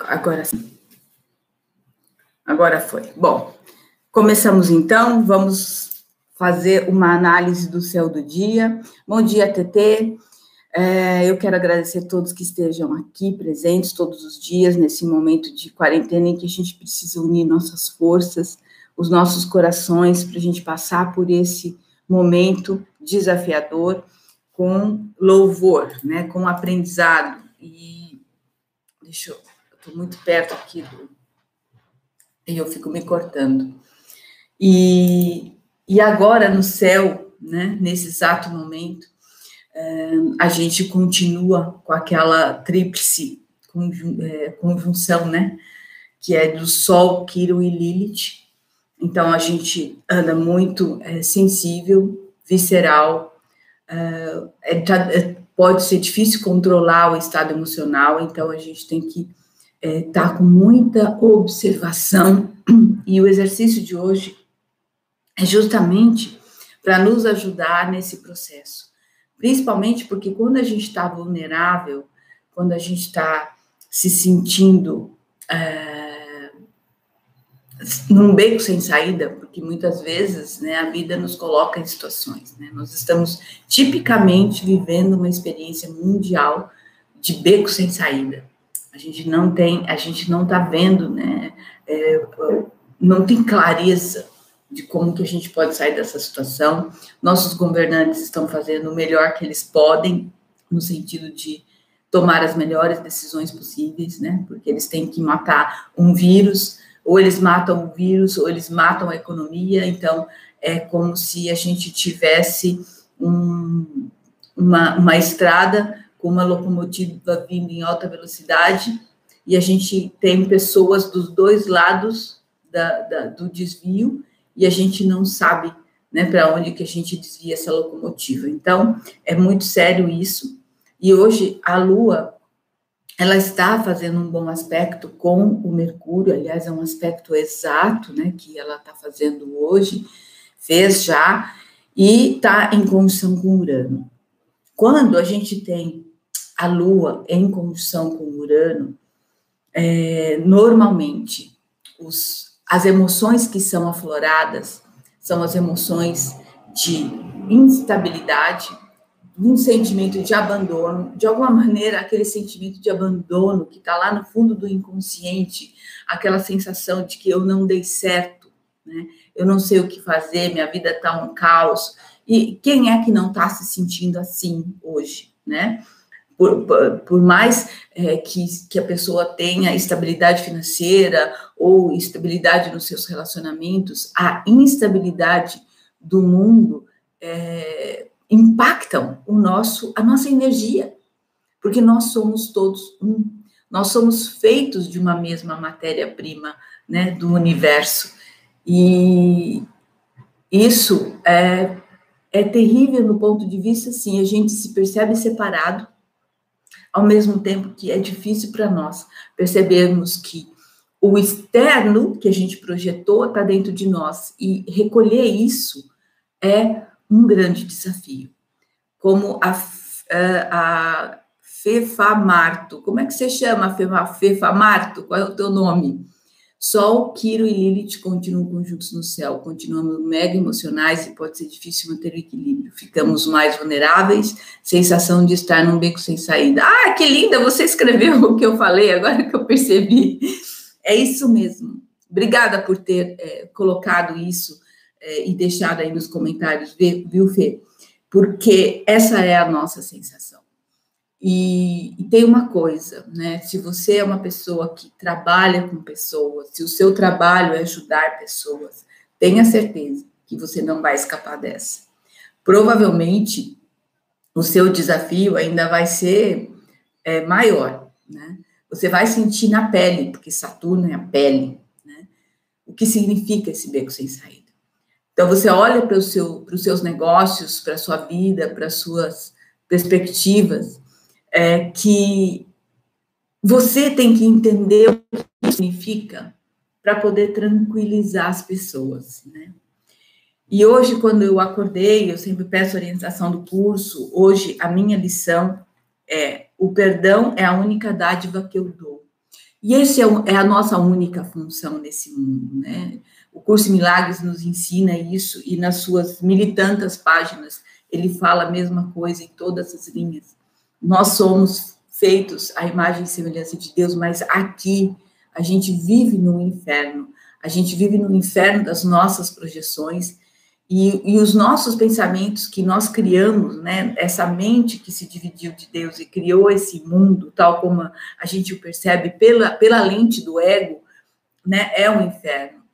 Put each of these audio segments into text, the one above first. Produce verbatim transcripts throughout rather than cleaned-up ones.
Agora sim. Agora foi. Bom, começamos então, vamos fazer uma análise do céu do dia. Bom dia, T T. É, eu quero agradecer a todos que estejam aqui presentes todos os dias, nesse momento de quarentena em que a gente precisa unir nossas forças, os nossos corações, para a gente passar por esse momento desafiador com louvor, né, com aprendizado. E deixa eu, estou muito perto aqui do, e eu fico me cortando. E, e agora no céu, né, nesse exato momento, é, a gente continua com aquela tríplice conjun, é, conjunção, né, que é do Sol, Quirón e Lilith. Então a gente anda muito é, sensível, visceral, é, é, pode ser difícil controlar o estado emocional, então a gente tem que estar é, tá com muita observação, e o exercício de hoje é justamente para nos ajudar nesse processo, principalmente porque quando a gente está vulnerável, quando a gente está se sentindo é, num beco sem saída, porque muitas vezes, né, a vida nos coloca em situações, né, nós estamos tipicamente vivendo uma experiência mundial de beco sem saída. A gente não tem, a gente não está vendo, né, é, não tem clareza de como que a gente pode sair dessa situação. Nossos governantes estão fazendo o melhor que eles podem, no sentido de tomar as melhores decisões possíveis, né, porque eles têm que matar um vírus, ou eles matam o vírus, ou eles matam a economia. Então, é como se a gente tivesse um, uma, uma estrada com uma locomotiva vindo em alta velocidade, e a gente tem pessoas dos dois lados da, da, do desvio, e a gente não sabe, né, para onde que a gente desvia essa locomotiva. Então, é muito sério isso, e hoje a Lua, ela está fazendo um bom aspecto com o Mercúrio, aliás, é um aspecto exato, né, que ela está fazendo hoje, fez já, e está em conjunção com Urano. Quando a gente tem a Lua em conjunção com Urano, é, normalmente, os, as emoções que são afloradas são as emoções de instabilidade, um sentimento de abandono, de alguma maneira, aquele sentimento de abandono que está lá no fundo do inconsciente, aquela sensação de que eu não dei certo, né? Eu não sei o que fazer, minha vida está um caos. E quem é que não está se sentindo assim hoje, né? Por, por, por mais é, que, que a pessoa tenha estabilidade financeira ou estabilidade nos seus relacionamentos, a instabilidade do mundo é, impactam o nosso, a nossa energia, porque nós somos todos um, nós somos feitos de uma mesma matéria-prima, né, do universo, e isso é, é terrível no ponto de vista, assim, a gente se percebe separado, ao mesmo tempo que é difícil para nós percebermos que o externo que a gente projetou está dentro de nós, e recolher isso é um grande desafio. Como a, a Fefamarto, como é que você chama a Fefamarto? Qual é o teu nome? Sol, Quirón e Lilith continuam conjuntos no céu, continuamos mega emocionais e pode ser difícil manter o equilíbrio. Ficamos mais vulneráveis, sensação de estar num beco sem saída. Ah, que linda, você escreveu o que eu falei, agora que eu percebi. É isso mesmo. Obrigada por ter é, colocado isso é, e deixado aí nos comentários, viu, Fê? Porque essa é a nossa sensação. E, e tem uma coisa, né? Se você é uma pessoa que trabalha com pessoas, se o seu trabalho é ajudar pessoas, tenha certeza que você não vai escapar dessa. Provavelmente, o seu desafio ainda vai ser é, maior, né? Você vai sentir na pele, porque Saturno é a pele, né? O que significa esse beco sem saída. Então, você olha para o seu, para os seus negócios, para a sua vida, para as suas perspectivas, é, que você tem que entender o que significa para poder tranquilizar as pessoas, né? E hoje, quando eu acordei, eu sempre peço orientação do curso, hoje a minha lição é: o perdão é a única dádiva que eu dou. E essa é a nossa única função nesse mundo, né? O Curso em Milagres nos ensina isso, e nas suas mil e tantas páginas, ele fala a mesma coisa em todas as linhas. Nós somos feitos à imagem e semelhança de Deus, mas aqui a gente vive no inferno. A gente vive no inferno das nossas projeções, e, e os nossos pensamentos que nós criamos, né? Essa mente que se dividiu de Deus e criou esse mundo, tal como a gente o percebe pela, pela lente do ego, né? É um inferno.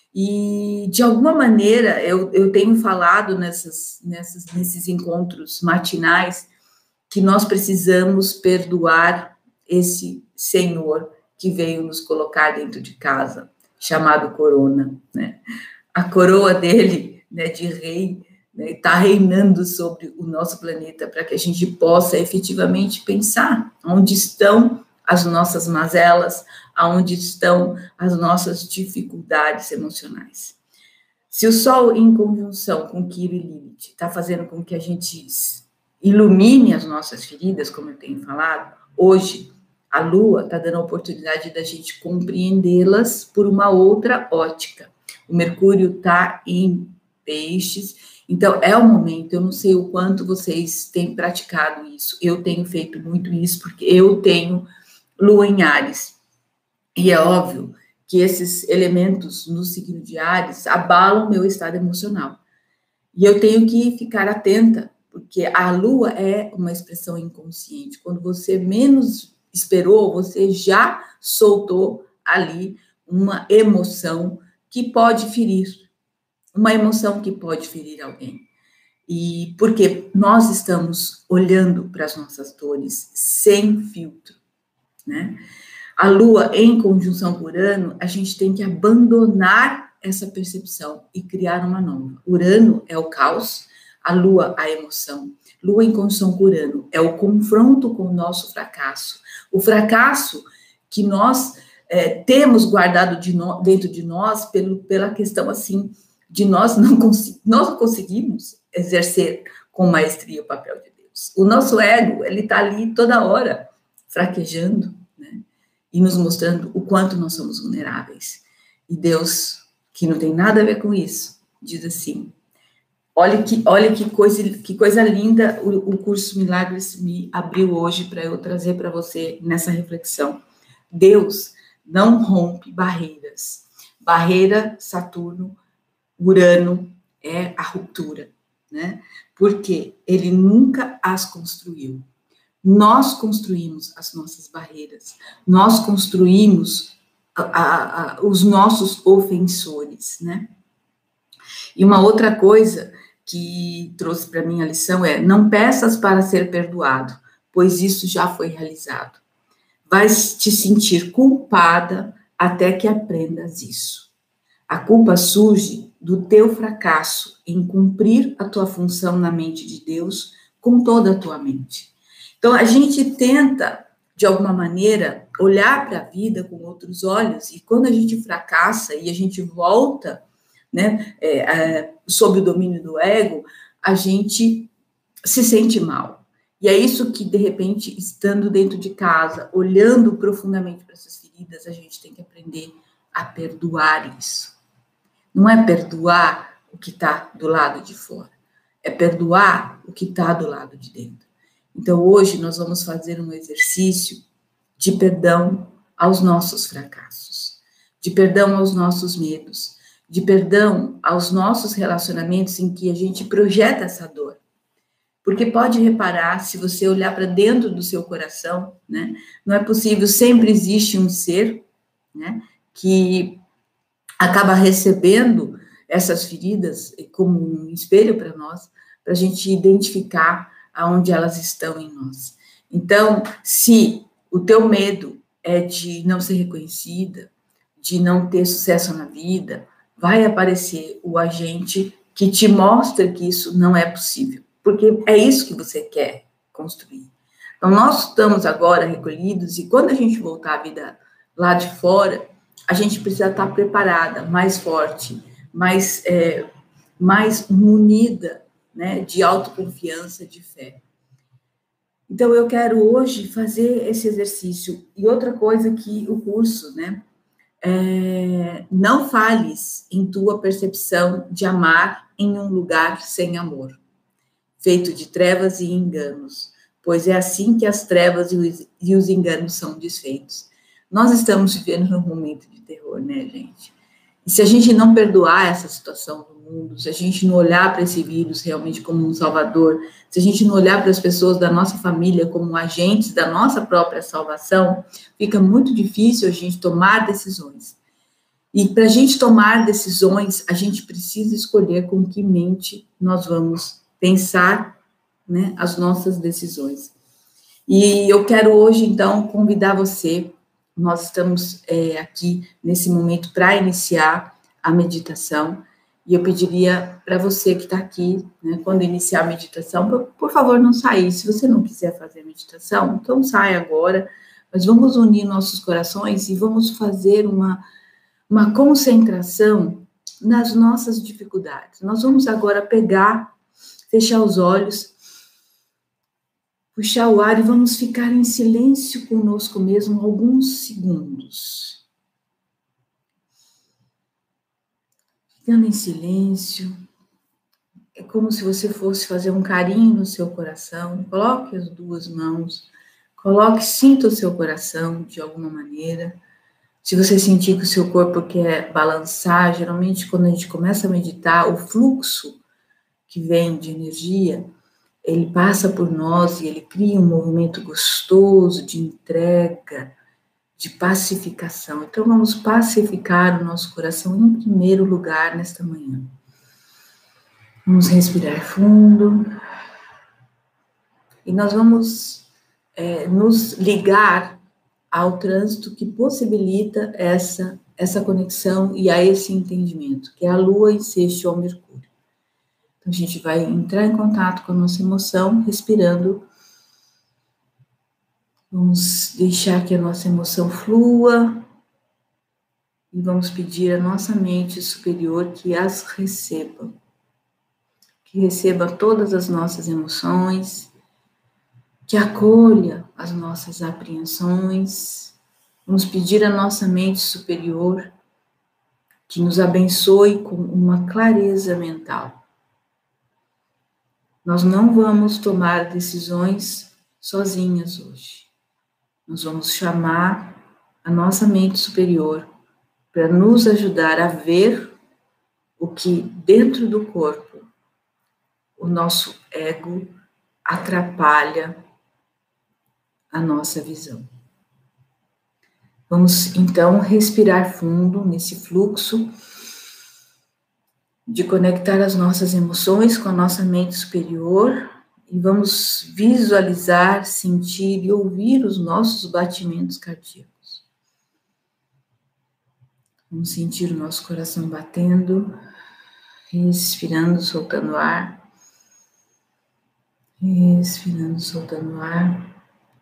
E, de alguma maneira, eu, eu tenho falado nessas, nessas, nesses encontros matinais que nós precisamos perdoar esse Senhor que veio nos colocar dentro de casa, chamado Corona, né? A coroa dele, né, de rei, né, está reinando sobre o nosso planeta para que a gente possa efetivamente pensar onde estão as nossas mazelas, aonde estão as nossas dificuldades emocionais. Se o Sol, em conjunção com Quirón e Lilith, está fazendo com que a gente ilumine as nossas feridas, como eu tenho falado, hoje a Lua está dando a oportunidade da gente compreendê-las por uma outra ótica. O Mercúrio está em Peixes, então é o momento. Eu não sei o quanto vocês têm praticado isso, eu tenho feito muito isso, porque eu tenho Lua em Áries. E é óbvio que esses elementos no signo de Áries abalam meu estado emocional. E eu tenho que ficar atenta, porque a Lua é uma expressão inconsciente. Quando você menos esperou, você já soltou ali uma emoção que pode ferir. Uma emoção que pode ferir alguém. E porque nós estamos olhando para as nossas dores sem filtro, né? A Lua em conjunção com Urano, a gente tem que abandonar essa percepção e criar uma nova. Urano é o caos, a Lua a emoção. Lua em conjunção com Urano é o confronto com o nosso fracasso. O fracasso que nós é, temos guardado de no, dentro de nós pelo, pela questão assim de nós não, nós não conseguimos exercer com maestria o papel de Deus. O nosso ego, ele está ali toda hora fraquejando, né? E nos mostrando o quanto nós somos vulneráveis. E Deus, que não tem nada a ver com isso, diz assim, olha que, olha que, coisa, que coisa linda o, o curso Milagres me abriu hoje para eu trazer para você nessa reflexão. Deus não rompe barreiras. Barreira, Saturno, Urano é a ruptura, né? Porque ele nunca as construiu. Nós construímos as nossas barreiras, nós construímos a, a, a, os nossos ofensores, né? E uma outra coisa que trouxe para mim a lição é: não peças para ser perdoado, pois isso já foi realizado. Vais te sentir culpada até que aprendas isso. A culpa surge do teu fracasso em cumprir a tua função na mente de Deus com toda a tua mente. Então, a gente tenta, de alguma maneira, olhar para a vida com outros olhos, e quando a gente fracassa e a gente volta, né, é, é, sob o domínio do ego, a gente se sente mal. E é isso que, de repente, estando dentro de casa, olhando profundamente para essas feridas, a gente tem que aprender a perdoar isso. Não é perdoar o que está do lado de fora, é perdoar o que está do lado de dentro. Então, hoje nós vamos fazer um exercício de perdão aos nossos fracassos, de perdão aos nossos medos, de perdão aos nossos relacionamentos em que a gente projeta essa dor. Porque pode reparar, se você olhar para dentro do seu coração, né, não é possível, sempre existe um ser, né, que acaba recebendo essas feridas como um espelho para nós, para a gente identificar aonde elas estão em nós. Então, se o teu medo é de não ser reconhecida, de não ter sucesso na vida, vai aparecer o agente que te mostra que isso não é possível, porque é isso que você quer construir. Então, nós estamos agora recolhidos, e quando a gente voltar à vida lá de fora, a gente precisa estar preparada, mais forte, mais, é, mais munida, né, de autoconfiança, de fé. Então, eu quero hoje fazer esse exercício. E outra coisa que o curso, né? É, não falhes em tua percepção de amar em um lugar sem amor, feito de trevas e enganos, pois é assim que as trevas e os, e os enganos são desfeitos. Nós estamos vivendo num momento de terror, né, gente? E se a gente não perdoar essa situação do mundo, se a gente não olhar para esse vírus realmente como um salvador, se a gente não olhar para as pessoas da nossa família como agentes da nossa própria salvação, fica muito difícil a gente tomar decisões. E para a gente tomar decisões, a gente precisa escolher com que mente nós vamos pensar, né, as nossas decisões. E eu quero hoje, então, convidar você. Nós estamos é, aqui nesse momento para iniciar a meditação, e eu pediria para você que está aqui, né, quando iniciar a meditação, por, por favor, não sair. Se você não quiser fazer a meditação, então sai agora, mas vamos unir nossos corações e vamos fazer uma, uma concentração nas nossas dificuldades. Nós vamos agora pegar, fechar os olhos, puxar o ar e vamos ficar em silêncio conosco mesmo alguns segundos. Ficando em silêncio, é como se você fosse fazer um carinho no seu coração. Coloque as duas mãos, coloque, sinta o seu coração de alguma maneira. Se você sentir que o seu corpo quer balançar, geralmente quando a gente começa a meditar, o fluxo que vem de energia, ele passa por nós e ele cria um movimento gostoso de entrega, de pacificação. Então, vamos pacificar o nosso coração em primeiro lugar nesta manhã. Vamos respirar fundo. E nós vamos é, nos ligar ao trânsito que possibilita essa, essa conexão e a esse entendimento, que é a Lua em sexto ao Mercúrio. Então, a gente vai entrar em contato com a nossa emoção, respirando. Vamos deixar que a nossa emoção flua e vamos pedir à nossa mente superior que as receba, que receba todas as nossas emoções, que acolha as nossas apreensões. Vamos pedir à nossa mente superior que nos abençoe com uma clareza mental. Nós não vamos tomar decisões sozinhas hoje. Nós vamos chamar a nossa mente superior para nos ajudar a ver o que dentro do corpo o nosso ego atrapalha a nossa visão. Vamos então respirar fundo nesse fluxo de conectar as nossas emoções com a nossa mente superior e vamos visualizar, sentir e ouvir os nossos batimentos cardíacos. Vamos sentir o nosso coração batendo, respirando, soltando ar, respirando, soltando ar.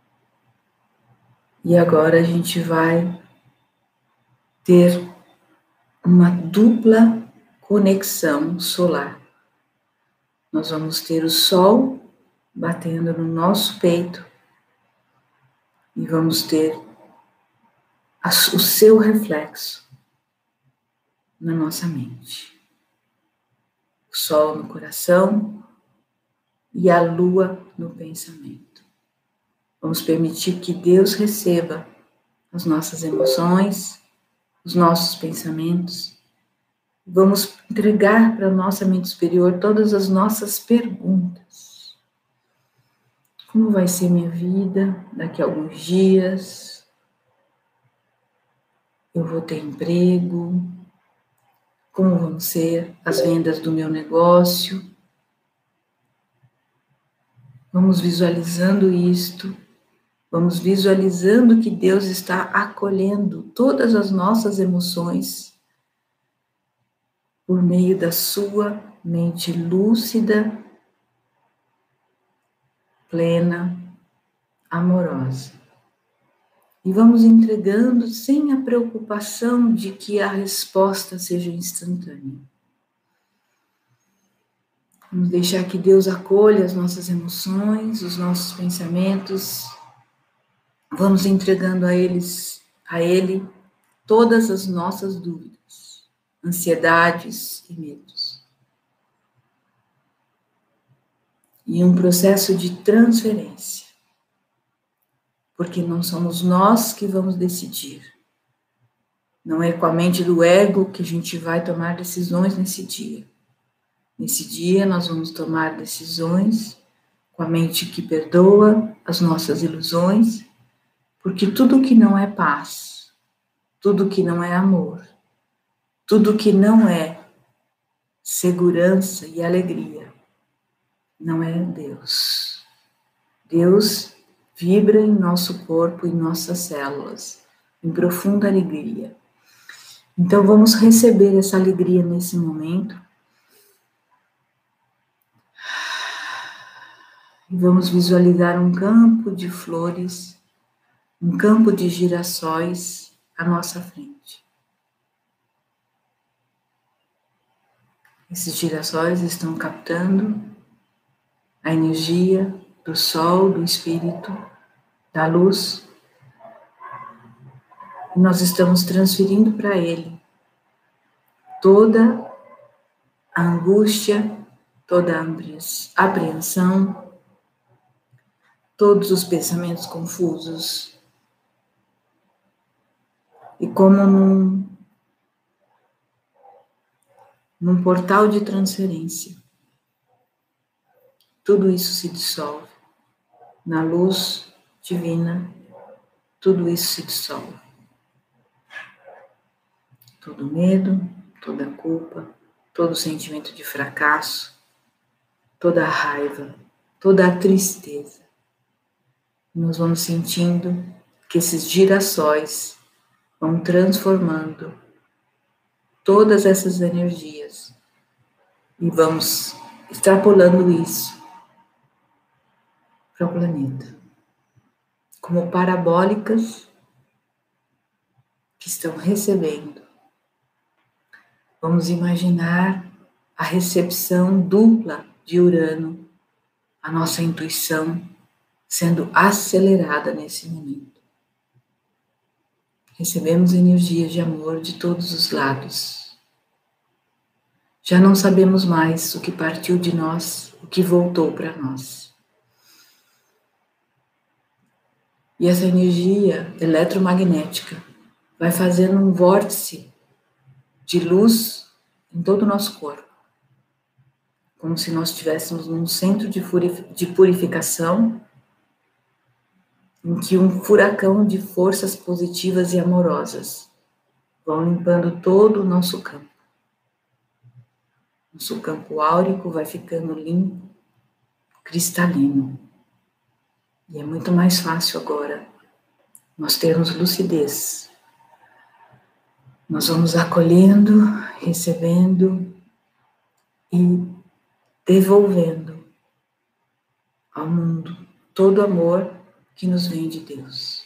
E agora a gente vai ter uma dupla conexão solar. Nós vamos ter o Sol batendo no nosso peito e vamos ter a, o seu reflexo na nossa mente. O Sol no coração e a Lua no pensamento. Vamos permitir que Deus receba as nossas emoções, os nossos pensamentos. Vamos entregar para a nossa mente superior todas as nossas perguntas. Como vai ser minha vida daqui a alguns dias? Eu vou ter emprego? Como vão ser as vendas do meu negócio? Vamos visualizando isto. Vamos visualizando que Deus está acolhendo todas as nossas emoções por meio da sua mente lúcida, plena, amorosa. E vamos entregando sem a preocupação de que a resposta seja instantânea. Vamos deixar que Deus acolha as nossas emoções, os nossos pensamentos. Vamos entregando a eles, a Ele, todas as nossas dúvidas, ansiedades e medos. E um processo de transferência. Porque não somos nós que vamos decidir. Não é com a mente do ego que a gente vai tomar decisões nesse dia. Nesse dia nós vamos tomar decisões com a mente que perdoa as nossas ilusões, porque tudo que não é paz, tudo que não é amor, tudo que não é segurança e alegria, não é Deus. Deus vibra em nosso corpo, em nossas células, em profunda alegria. Então vamos receber essa alegria nesse momento. E vamos visualizar um campo de flores, um campo de girassóis à nossa frente. Esses girassóis estão captando a energia do sol, do espírito, da luz. E nós estamos transferindo para ele toda a angústia, toda a apreensão, todos os pensamentos confusos. E como num, num portal de transferência, tudo isso se dissolve. Na luz divina, tudo isso se dissolve. Todo medo, toda culpa, todo sentimento de fracasso, toda a raiva, toda a tristeza. Nós vamos sentindo que esses girassóis vão transformando todas essas energias e vamos extrapolando isso para o planeta, como parabólicas que estão recebendo. Vamos imaginar a recepção dupla de Urano, a nossa intuição sendo acelerada nesse momento. Recebemos energias de amor de todos os lados. Já não sabemos mais o que partiu de nós, o que voltou para nós. E essa energia eletromagnética vai fazendo um vórtice de luz em todo o nosso corpo. Como se nós estivéssemos num centro de purificação, em que um furacão de forças positivas e amorosas vão limpando todo o nosso campo. Nosso campo áurico vai ficando limpo, cristalino. E é muito mais fácil agora nós termos lucidez. Nós vamos acolhendo, recebendo e devolvendo ao mundo todo o amor que nos vem de Deus.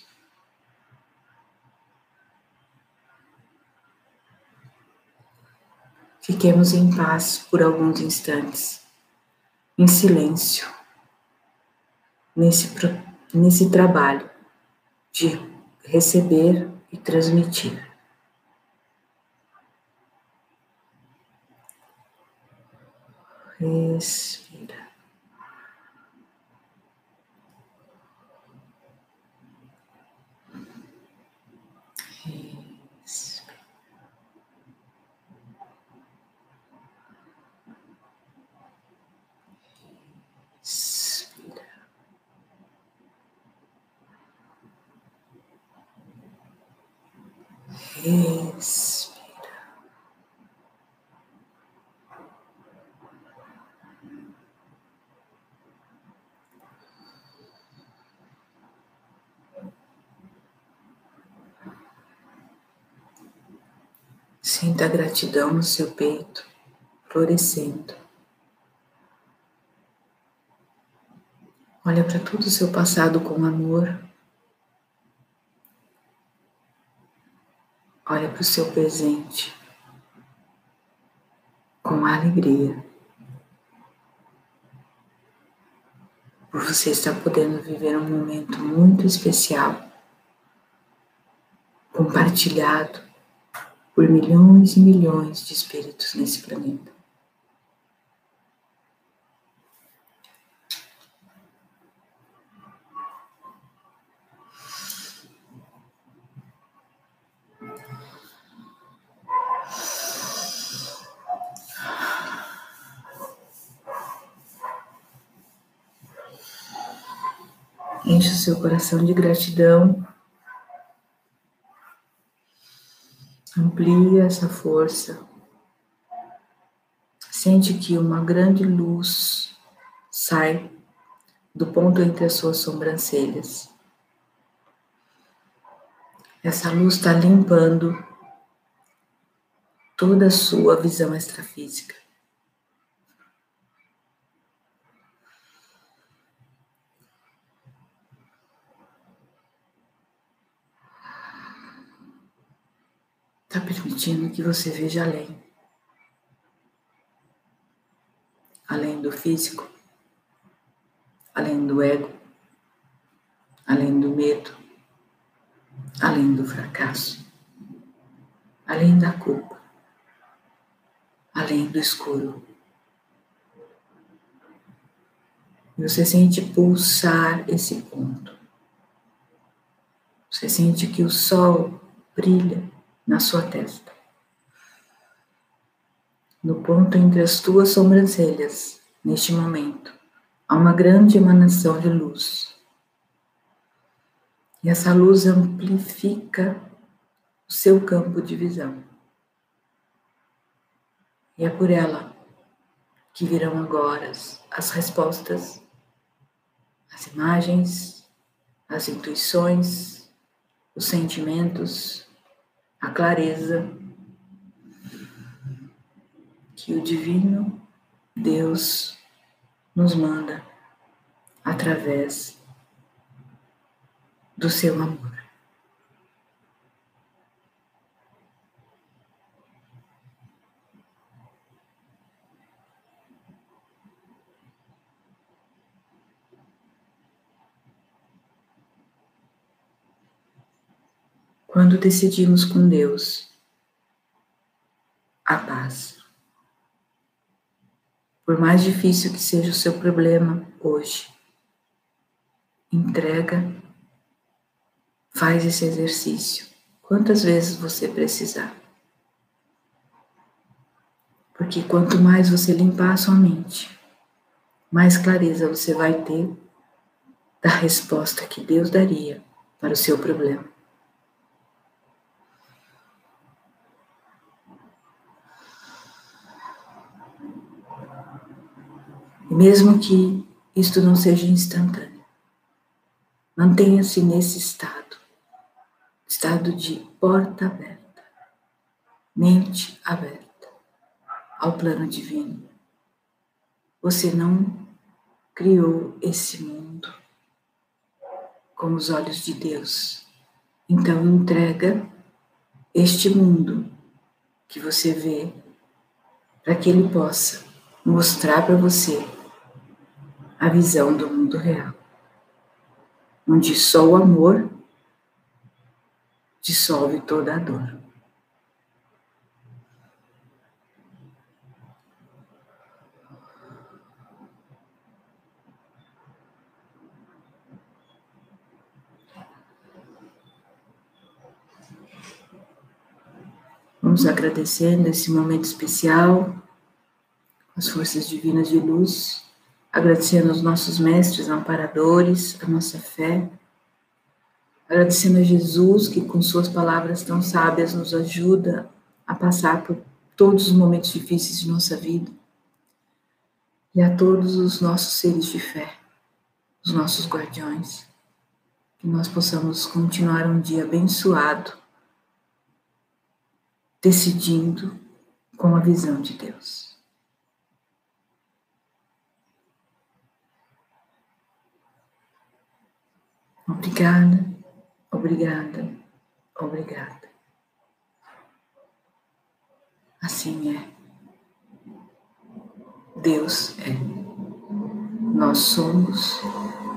Fiquemos em paz por alguns instantes, em silêncio, nesse, nesse trabalho de receber e transmitir. Respira. Respira. Respira. Respira. Sinta a gratidão no seu peito, florescendo. Olha para todo o seu passado com amor. Olha para o seu presente com alegria. você está podendo viver um momento muito especial, compartilhado por milhões e milhões de espíritos nesse planeta. Enche o seu coração de gratidão. Amplia essa força. Sente que uma grande luz sai do ponto entre as suas sobrancelhas. Essa luz está limpando toda a sua visão extrafísica. Está permitindo que você veja além. Além do físico, além do ego, além do medo, além do fracasso, além da culpa, além do escuro. E você sente pulsar esse ponto. Você sente que o sol brilha na sua testa. No ponto entre as tuas sobrancelhas, neste momento, há uma grande emanação de luz. E essa luz amplifica o seu campo de visão. E é por ela que virão agora as respostas, as imagens, as intuições, os sentimentos, a clareza que o divino Deus nos manda através do seu amor. Quando decidimos com Deus a paz, por mais difícil que seja o seu problema hoje, entrega, faz esse exercício quantas vezes você precisar. Porque quanto mais você limpar a sua mente, mais clareza você vai ter da resposta que Deus daria para o seu problema. E mesmo que isto não seja instantâneo, mantenha-se nesse estado, estado de porta aberta, mente aberta ao plano divino. Você não criou esse mundo com os olhos de Deus. Então entrega este mundo que você vê para que Ele possa mostrar para você a visão do mundo real, onde só o amor dissolve toda a dor. Vamos agradecendo esse momento especial, as forças divinas de luz, agradecendo aos nossos mestres amparadores, a nossa fé, agradecendo a Jesus que com suas palavras tão sábias nos ajuda a passar por todos os momentos difíceis de nossa vida, e a todos os nossos seres de fé, os nossos guardiões, que nós possamos continuar um dia abençoado, decidindo com a visão de Deus. Obrigada, obrigada, obrigada. Assim é. Deus é. Nós somos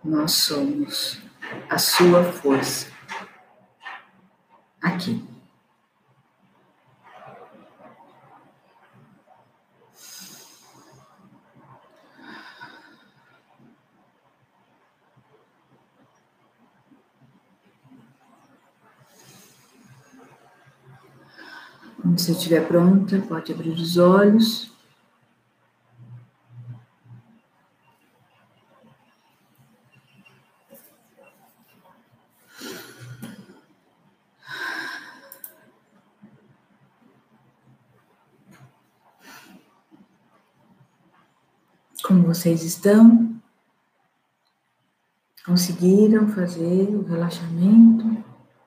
nós somos a sua força. Aqui. Quando você estiver pronta, pode abrir os olhos. Como vocês estão? Conseguiram fazer o relaxamento?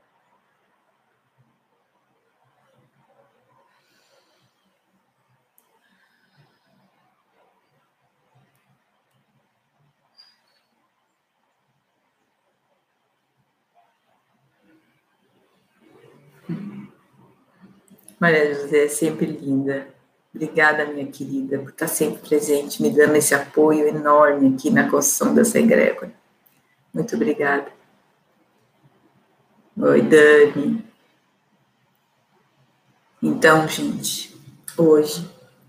Maria José é sempre linda. Obrigada, minha querida, por estar sempre presente, me dando esse apoio enorme aqui na construção dessa egrégora. Muito obrigada. Oi, Dani. Então, gente, hoje,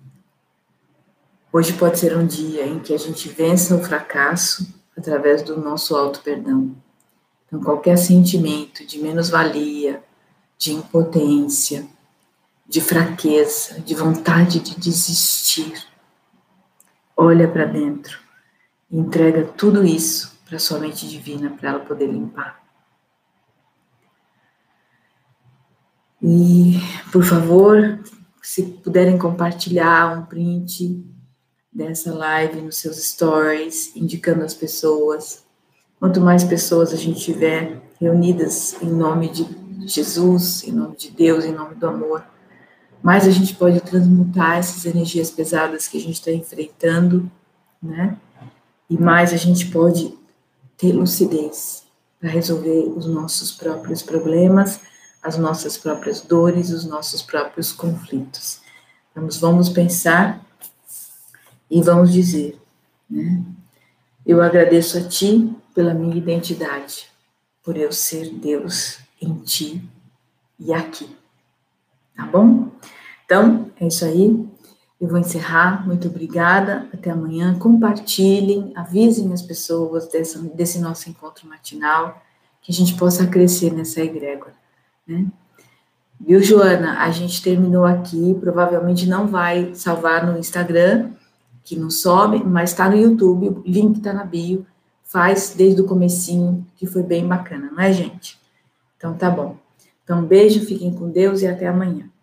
hoje pode ser um dia em que a gente vença o fracasso através do nosso auto-perdão. Então, qualquer sentimento de menos-valia, de impotência, de fraqueza, de vontade de desistir, olha para dentro e entrega tudo isso para sua mente divina, para ela poder limpar. E, por favor, se puderem compartilhar um print dessa live nos seus stories, indicando as pessoas. Quanto mais pessoas a gente tiver reunidas em nome de Jesus, em nome de Deus, em nome do amor, mais a gente pode transmutar essas energias pesadas que a gente está enfrentando, né? E mais a gente pode ter lucidez para resolver os nossos próprios problemas, as nossas próprias dores, os nossos próprios conflitos. Vamos, vamos pensar e vamos dizer, né? Eu agradeço a Ti pela minha identidade, por eu ser Deus em Ti e aqui. Tá bom? Então, é isso aí. Eu vou encerrar. Muito obrigada. Até amanhã. Compartilhem, avisem as pessoas desse, desse nosso encontro matinal, que a gente possa crescer nessa egrégora, né? Viu, Joana? A gente terminou aqui. Provavelmente não vai salvar no Instagram, que não sobe, mas está no YouTube. O link está na bio. Faz desde o comecinho, que foi bem bacana, não é, gente? Então, tá bom. Então, um beijo, fiquem com Deus e até amanhã.